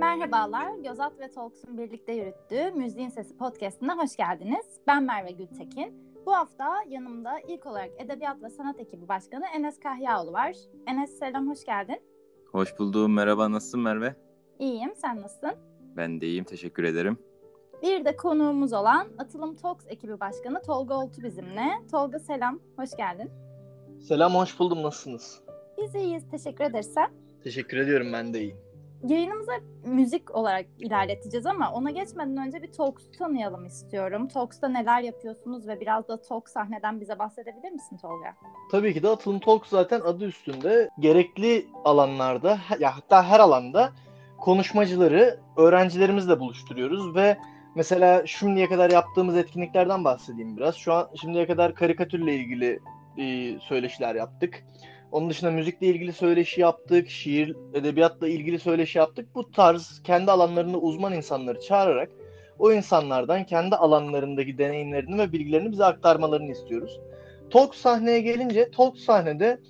Merhabalar, Gözat ve Talks'un birlikte yürüttüğü Müziğin Sesi podcast'ine hoş geldiniz. Ben Merve Gültekin. Bu hafta yanımda ilk olarak Edebiyat ve Sanat Ekibi Başkanı Enes Kahyaoğlu var. Enes selam, hoş geldin. Hoş buldum, merhaba. Nasılsın Merve? İyiyim, sen nasılsın? Ben de iyiyim, teşekkür ederim. Bir de konuğumuz olan Atılım Talks Ekibi Başkanı Tolga Oltu bizimle. Tolga selam, hoş geldin. Selam, hoş buldum. Nasılsınız? Biz iyiyiz, teşekkür ederiz. Sen? Teşekkür ediyorum, ben de iyiyim. Yayınımıza müzik olarak ilerleteceğiz ama ona geçmeden önce bir Talks'u tanıyalım istiyorum. Talks'ta neler yapıyorsunuz ve biraz da Talks sahneden bize bahsedebilir misin Tolga? Tabii ki de Atılım Talk zaten adı üstünde gerekli alanlarda, ya hatta her alanda konuşmacıları öğrencilerimizle buluşturuyoruz ve mesela şimdiye kadar yaptığımız etkinliklerden bahsedeyim biraz. Şimdiye kadar karikatürle ilgili söyleşiler yaptık. Onun dışında müzikle ilgili söyleşi yaptık, şiir, edebiyatla ilgili söyleşi yaptık. Bu tarz kendi alanlarında uzman insanları çağırarak o insanlardan kendi alanlarındaki deneyimlerini ve bilgilerini bize aktarmalarını istiyoruz. Talk sahneye gelince, Talk sahnede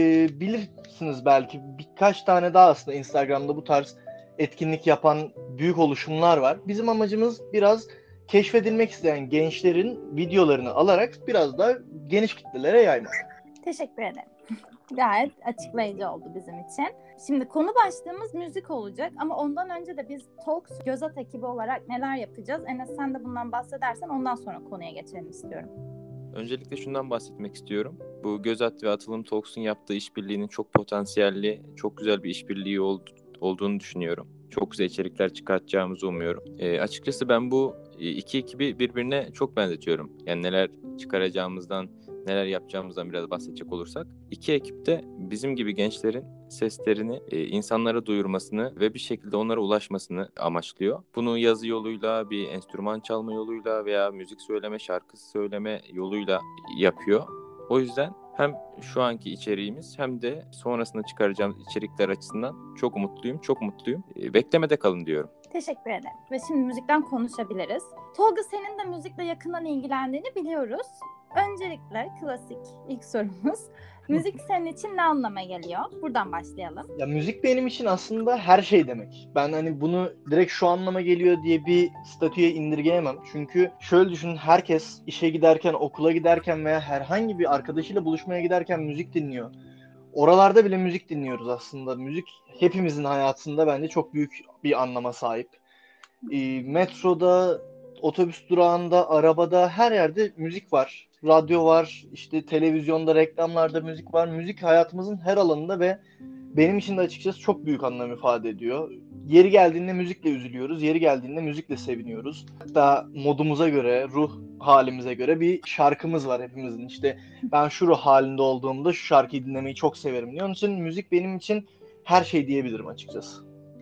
bilirsiniz belki birkaç tane daha aslında Instagram'da bu tarz etkinlik yapan büyük oluşumlar var. Bizim amacımız biraz keşfedilmek isteyen gençlerin videolarını alarak biraz daha geniş kitlelere yaymak. Teşekkür ederim. Gayet açıklayıcı oldu bizim için. Şimdi konu başlığımız müzik olacak ama ondan önce de biz Talks Gözat ekibi olarak neler yapacağız? Enes sen de bundan bahsedersen ondan sonra konuya geçelim istiyorum. Öncelikle şundan bahsetmek istiyorum. Bu Gözat ve Atılım Talks'un yaptığı işbirliğinin çok potansiyelli, çok güzel bir işbirliği olduğunu düşünüyorum. Çok güzel içerikler çıkartacağımızı umuyorum. Açıkçası ben bu iki ekibi birbirine çok benzetiyorum. Yani neler çıkaracağımızdan, neler yapacağımızdan biraz bahsedecek olursak. İki ekip de bizim gibi gençlerin seslerini insanlara duyurmasını ve bir şekilde onlara ulaşmasını amaçlıyor. Bunu yazı yoluyla, bir enstrüman çalma yoluyla veya müzik söyleme, şarkı söyleme yoluyla yapıyor. O yüzden hem şu anki içeriğimiz hem de sonrasında çıkaracağımız içerikler açısından çok mutluyum. Beklemede kalın diyorum. Teşekkür ederim. Ve şimdi müzikten konuşabiliriz. Tolga senin de müzikle yakından ilgilendiğini biliyoruz. Öncelikle klasik ilk sorumuz. Müzik senin için ne anlama geliyor? Buradan başlayalım. Ya müzik benim için aslında her şey demek. Ben hani bunu direkt şu anlama geliyor diye bir statüye indirgeyemem. Çünkü şöyle düşün, herkes işe giderken, okula giderken veya herhangi bir arkadaşıyla buluşmaya giderken müzik dinliyor. Oralarda bile müzik dinliyoruz aslında. Müzik hepimizin hayatında bence çok büyük bir anlama sahip. Metroda, otobüs durağında, arabada her yerde müzik var. Radyo var, işte televizyonda, reklamlarda müzik var. Müzik hayatımızın her alanında ve benim için de açıkçası çok büyük anlam ifade ediyor. Yeri geldiğinde müzikle üzülüyoruz, yeri geldiğinde müzikle seviniyoruz. Hatta modumuza göre, ruh halimize göre bir şarkımız var hepimizin. İşte ben şu ruh halinde olduğumda şu şarkıyı dinlemeyi çok severim diyor. Onun için müzik benim için her şey diyebilirim açıkçası.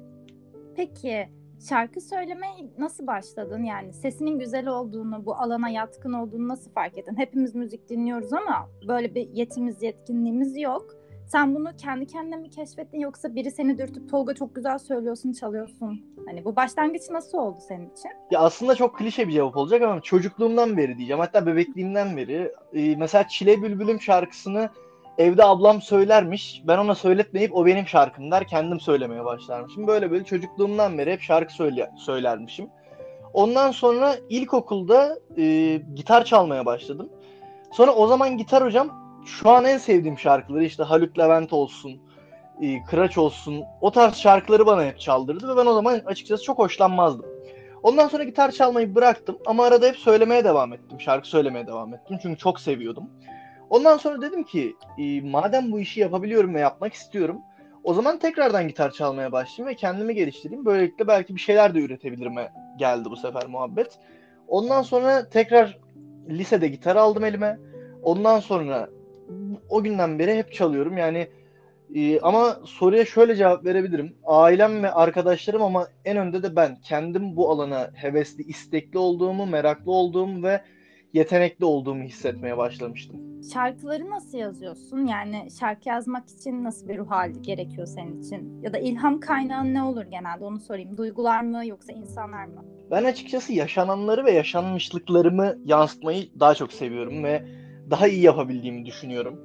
Peki şarkı söylemeye nasıl başladın? Yani sesinin güzel olduğunu, bu alana yatkın olduğunu nasıl fark ettin? Hepimiz müzik dinliyoruz ama böyle bir yetkinliğimiz yok. Sen bunu kendi kendine mi keşfettin yoksa biri seni dürtüp Tolga çok güzel söylüyorsun, çalıyorsun? Hani bu başlangıç nasıl oldu senin için? Ya aslında çok klişe bir cevap olacak ama çocukluğumdan beri diyeceğim. Hatta bebekliğimden beri. Mesela Çile Bülbülüm şarkısını evde ablam söylermiş. Ben ona söyletmeyip o benim şarkım der, kendim söylemeye başlarmışım. Böyle çocukluğumdan beri hep şarkı söylermişim. Ondan sonra ilkokulda gitar çalmaya başladım. Sonra o zaman gitar hocam şu an en sevdiğim şarkıları işte Haluk Levent olsun, Kıraç olsun, o tarz şarkıları bana hep çaldırdı ve ben o zaman açıkçası çok hoşlanmazdım. Ondan sonra gitar çalmayı bıraktım ama arada hep söylemeye devam ettim, şarkı söylemeye devam ettim çünkü çok seviyordum. Ondan sonra dedim ki madem bu işi yapabiliyorum ve yapmak istiyorum, o zaman tekrardan gitar çalmaya başlayayım ve kendimi geliştireyim. Böylelikle belki bir şeyler de üretebilirime geldi bu sefer muhabbet. Ondan sonra tekrar lisede gitar aldım elime. Ondan sonra o günden beri hep çalıyorum. Yani ama soruya şöyle cevap verebilirim. Ailem ve arkadaşlarım ama en önde de ben kendim bu alana hevesli, istekli olduğumu, meraklı olduğumu ve yetenekli olduğumu hissetmeye başlamıştım. Şarkıları nasıl yazıyorsun? Yani şarkı yazmak için nasıl bir ruh hali gerekiyor senin için? Ya da ilham kaynağın ne olur genelde onu sorayım. Duygular mı yoksa insanlar mı? Ben açıkçası yaşananları ve yaşanmışlıklarımı yansıtmayı daha çok seviyorum ve daha iyi yapabildiğimi düşünüyorum.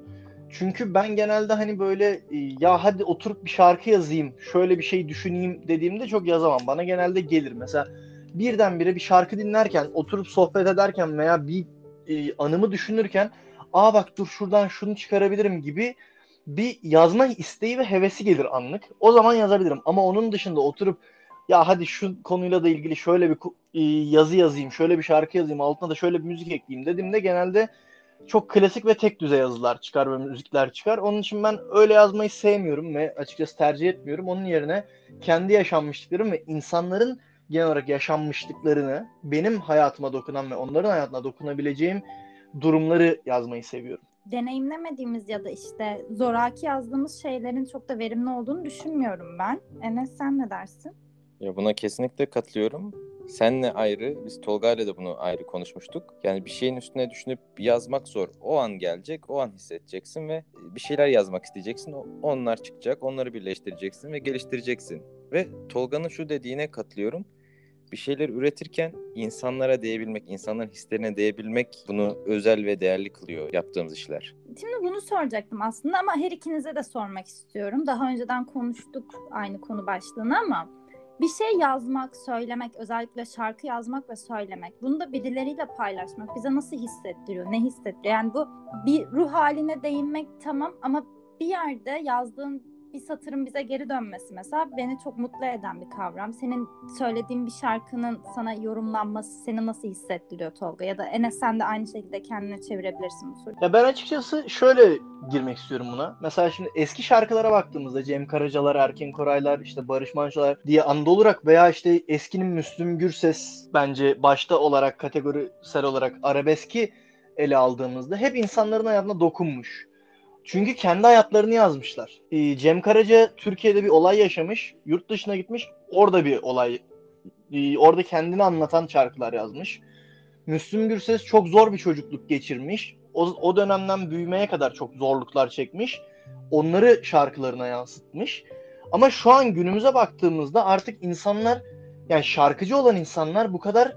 Çünkü ben genelde hani böyle ya hadi oturup bir şarkı yazayım, şöyle bir şey düşüneyim dediğimde çok yazamam. Bana genelde gelir. Mesela birdenbire bir şarkı dinlerken, oturup sohbet ederken veya bir anımı düşünürken bak dur şuradan şunu çıkarabilirim gibi bir yazma isteği ve hevesi gelir anlık. O zaman yazabilirim. Ama onun dışında oturup ya hadi şu konuyla da ilgili şöyle bir yazı yazayım, şöyle bir şarkı yazayım, altına da şöyle bir müzik ekleyeyim dediğimde genelde çok klasik ve tek düzey yazılar çıkar ve müzikler çıkar. Onun için ben öyle yazmayı sevmiyorum ve açıkçası tercih etmiyorum. Onun yerine kendi yaşanmışlıklarım ve insanların genel olarak yaşanmışlıklarını benim hayatıma dokunan ve onların hayatına dokunabileceğim durumları yazmayı seviyorum. Deneyimlemediğimiz ya da işte zoraki yazdığımız şeylerin çok da verimli olduğunu düşünmüyorum ben. Enes, sen ne dersin? Ya buna kesinlikle katılıyorum. Senle ayrı, biz Tolga'yla da bunu ayrı konuşmuştuk. Yani bir şeyin üstüne düşünüp yazmak zor. O an gelecek, o an hissedeceksin ve bir şeyler yazmak isteyeceksin. Onlar çıkacak, onları birleştireceksin ve geliştireceksin. Ve Tolga'nın şu dediğine katılıyorum. Bir şeyler üretirken insanlara değebilmek, insanların hislerine değebilmek bunu özel ve değerli kılıyor yaptığımız işler. Şimdi bunu soracaktım aslında ama her ikinize de sormak istiyorum. Daha önceden konuştuk aynı konu başlığını ama bir şey yazmak, söylemek, özellikle şarkı yazmak ve söylemek, bunu da birileriyle paylaşmak bize nasıl hissettiriyor, ne hissettiriyor? Yani bu bir ruh haline değinmek tamam ama bir yerde yazdığın bir satırın bize geri dönmesi mesela beni çok mutlu eden bir kavram. Senin söylediğin bir şarkının sana yorumlanması seni nasıl hissettiriyor Tolga? Ya da Enes, sen de aynı şekilde kendine çevirebilirsin bu soruyu. Ya ben açıkçası şöyle girmek istiyorum buna. Mesela şimdi eski şarkılara baktığımızda Cem Karacalar, Erkin Koraylar, işte Barış Manço'lar diye Anadolu Rock veya işte eskinin Müslüm Gürses bence başta olarak kategorisel olarak arabeski ele aldığımızda hep insanların hayatına dokunmuş. Çünkü kendi hayatlarını yazmışlar. Cem Karaca Türkiye'de bir olay yaşamış, yurt dışına gitmiş, orada bir olay, orada kendini anlatan şarkılar yazmış. Müslüm Gürses çok zor bir çocukluk geçirmiş. O dönemden büyümeye kadar çok zorluklar çekmiş. Onları şarkılarına yansıtmış. Ama şu an günümüze baktığımızda artık insanlar, yani şarkıcı olan insanlar bu kadar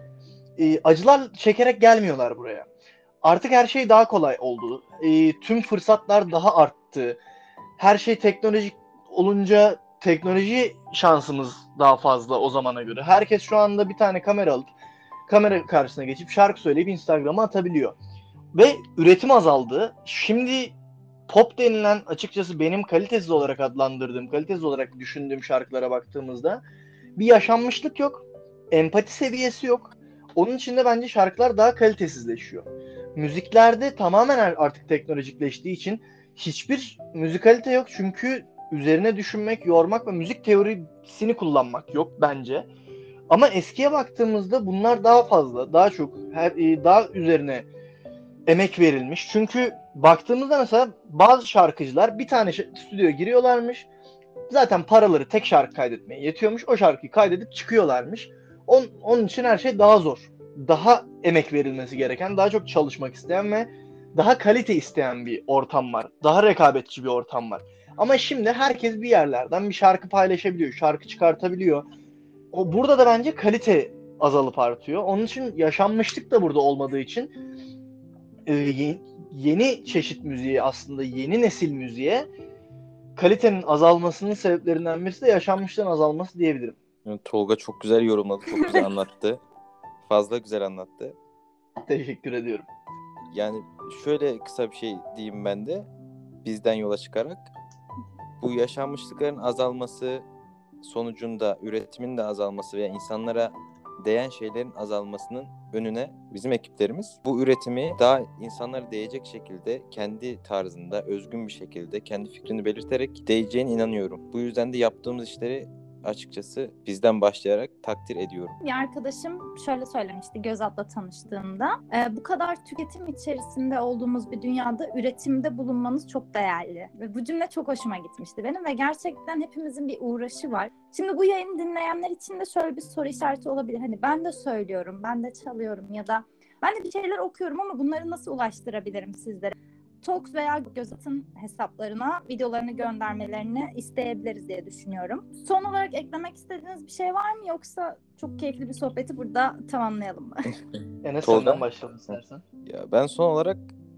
acılar çekerek gelmiyorlar buraya. Artık her şey daha kolay oldu. Tüm fırsatlar daha arttı. Her şey teknolojik olunca teknoloji şansımız daha fazla o zamana göre. Herkes şu anda bir tane kamera alıp kamera karşısına geçip şarkı söyleyip Instagram'a atabiliyor. Ve üretim azaldı. Şimdi pop denilen, açıkçası benim kalitesiz olarak adlandırdığım, kalitesiz olarak düşündüğüm şarkılara baktığımızda bir yaşanmışlık yok. Empati seviyesi yok. Onun için de bence şarkılar daha kalitesizleşiyor. Müziklerde tamamen artık teknolojikleştiği için hiçbir müzikalite yok. Çünkü üzerine düşünmek, yormak ve müzik teorisini kullanmak yok bence. Ama eskiye baktığımızda bunlar daha fazla, daha çok, daha üzerine emek verilmiş. Çünkü baktığımızda mesela bazı şarkıcılar bir tane stüdyoya giriyorlarmış. Zaten paraları tek şarkı kaydetmeye yetiyormuş. O şarkıyı kaydedip çıkıyorlarmış. Onun için her şey daha zor. Daha emek verilmesi gereken, daha çok çalışmak isteyen ve daha kalite isteyen bir ortam var. Daha rekabetçi bir ortam var. Ama şimdi herkes bir yerlerden bir şarkı paylaşabiliyor, şarkı çıkartabiliyor. Burada da bence kalite azalıp artıyor. Onun için yaşanmışlık da burada olmadığı için yeni çeşit müziğe, aslında yeni nesil müziğe kalitenin azalmasının sebeplerinden birisi de yaşanmışlığın azalması diyebilirim. Yani Tolga çok güzel yorumladı, çok güzel anlattı. Fazla güzel anlattı. Teşekkür ediyorum. Yani şöyle kısa bir şey diyeyim ben de bizden yola çıkarak. Bu yaşanmışlıkların azalması sonucunda üretimin de azalması veya insanlara değen şeylerin azalmasının önüne bizim ekiplerimiz bu üretimi daha insanlara değecek şekilde kendi tarzında özgün bir şekilde kendi fikrini belirterek değeceğine inanıyorum. Bu yüzden de yaptığımız işleri açıkçası bizden başlayarak takdir ediyorum. Bir arkadaşım şöyle söylemişti Gözat'la tanıştığımda. Bu kadar tüketim içerisinde olduğumuz bir dünyada üretimde bulunmanız çok değerli. Ve bu cümle çok hoşuma gitmişti benim ve gerçekten hepimizin bir uğraşı var. Şimdi bu yayını dinleyenler için de şöyle bir soru işareti olabilir. Hani ben de söylüyorum, ben de çalıyorum ya da ben de bir şeyler okuyorum ama bunları nasıl ulaştırabilirim sizlere? Talks veya Gözat'ın hesaplarına videolarını göndermelerini isteyebiliriz diye düşünüyorum. Son olarak eklemek istediğiniz bir şey var mı yoksa çok keyifli bir sohbeti burada tamamlayalım mı? Enes Tolga? senden başlayalım istersen. Ya ben son olarak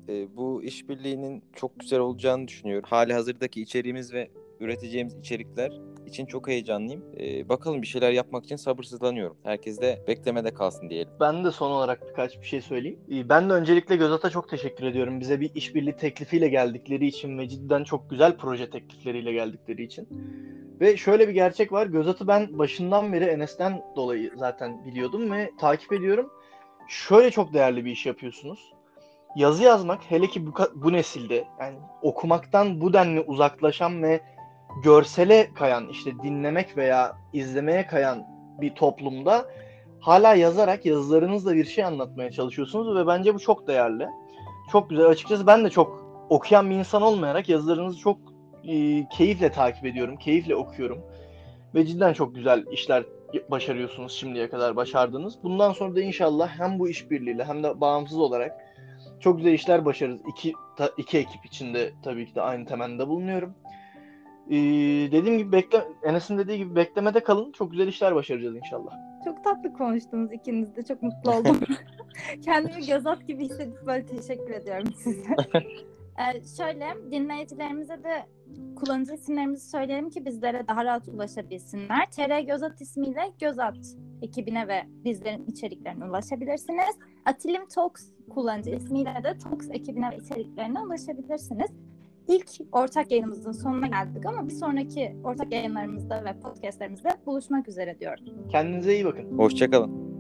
Bu işbirliğinin çok güzel olacağını düşünüyorum. Hali hazırdaki içeriğimiz ve üreteceğimiz içerikler için çok heyecanlıyım. Bakalım, bir şeyler yapmak için sabırsızlanıyorum. Herkes de beklemede kalsın diyelim. Ben de son olarak birkaç bir şey söyleyeyim. Ben de öncelikle Gözat'a çok teşekkür ediyorum. Bize bir işbirliği teklifiyle geldikleri için ve cidden çok güzel proje teklifleriyle geldikleri için. Ve şöyle bir gerçek var. Gözat'ı ben başından beri Enes'ten dolayı zaten biliyordum ve takip ediyorum. Şöyle çok değerli bir iş yapıyorsunuz. Yazı yazmak, hele ki bu nesilde, yani okumaktan bu denli uzaklaşan ve görsele kayan, işte dinlemek veya izlemeye kayan bir toplumda hala yazarak yazılarınızla bir şey anlatmaya çalışıyorsunuz ve bence bu çok değerli. Çok güzel. Açıkçası ben de çok okuyan bir insan olmayarak yazılarınızı çok keyifle takip ediyorum, keyifle okuyorum. Ve cidden çok güzel işler başarıyorsunuz, şimdiye kadar başardınız. Bundan sonra da inşallah hem bu işbirliğiyle hem de bağımsız olarak çok güzel işler başarırız. İki ekip içinde tabii ki de aynı temelde bulunuyorum. Dediğim gibi Enes'in dediği gibi beklemede kalın. Çok güzel işler başaracağız inşallah. Çok tatlı konuştunuz ikiniz de. Çok mutlu oldum. Kendimi Gözat gibi hissedip böyle teşekkür ediyorum size. Şöyle, dinleyicilerimize de kullanıcı isimlerimizi söyleyelim ki bizlere daha rahat ulaşabilsinler. TR Gözat ismiyle Gözat ekibine ve bizlerin içeriklerine ulaşabilirsiniz. Atilim Talks kullanıcı ismiyle de Talks ekibine ve içeriklerine ulaşabilirsiniz. İlk ortak yayınımızın sonuna geldik ama bir sonraki ortak yayınlarımızda ve podcastlerimizde buluşmak üzere diyorum. Kendinize iyi bakın. Hoşça kalın.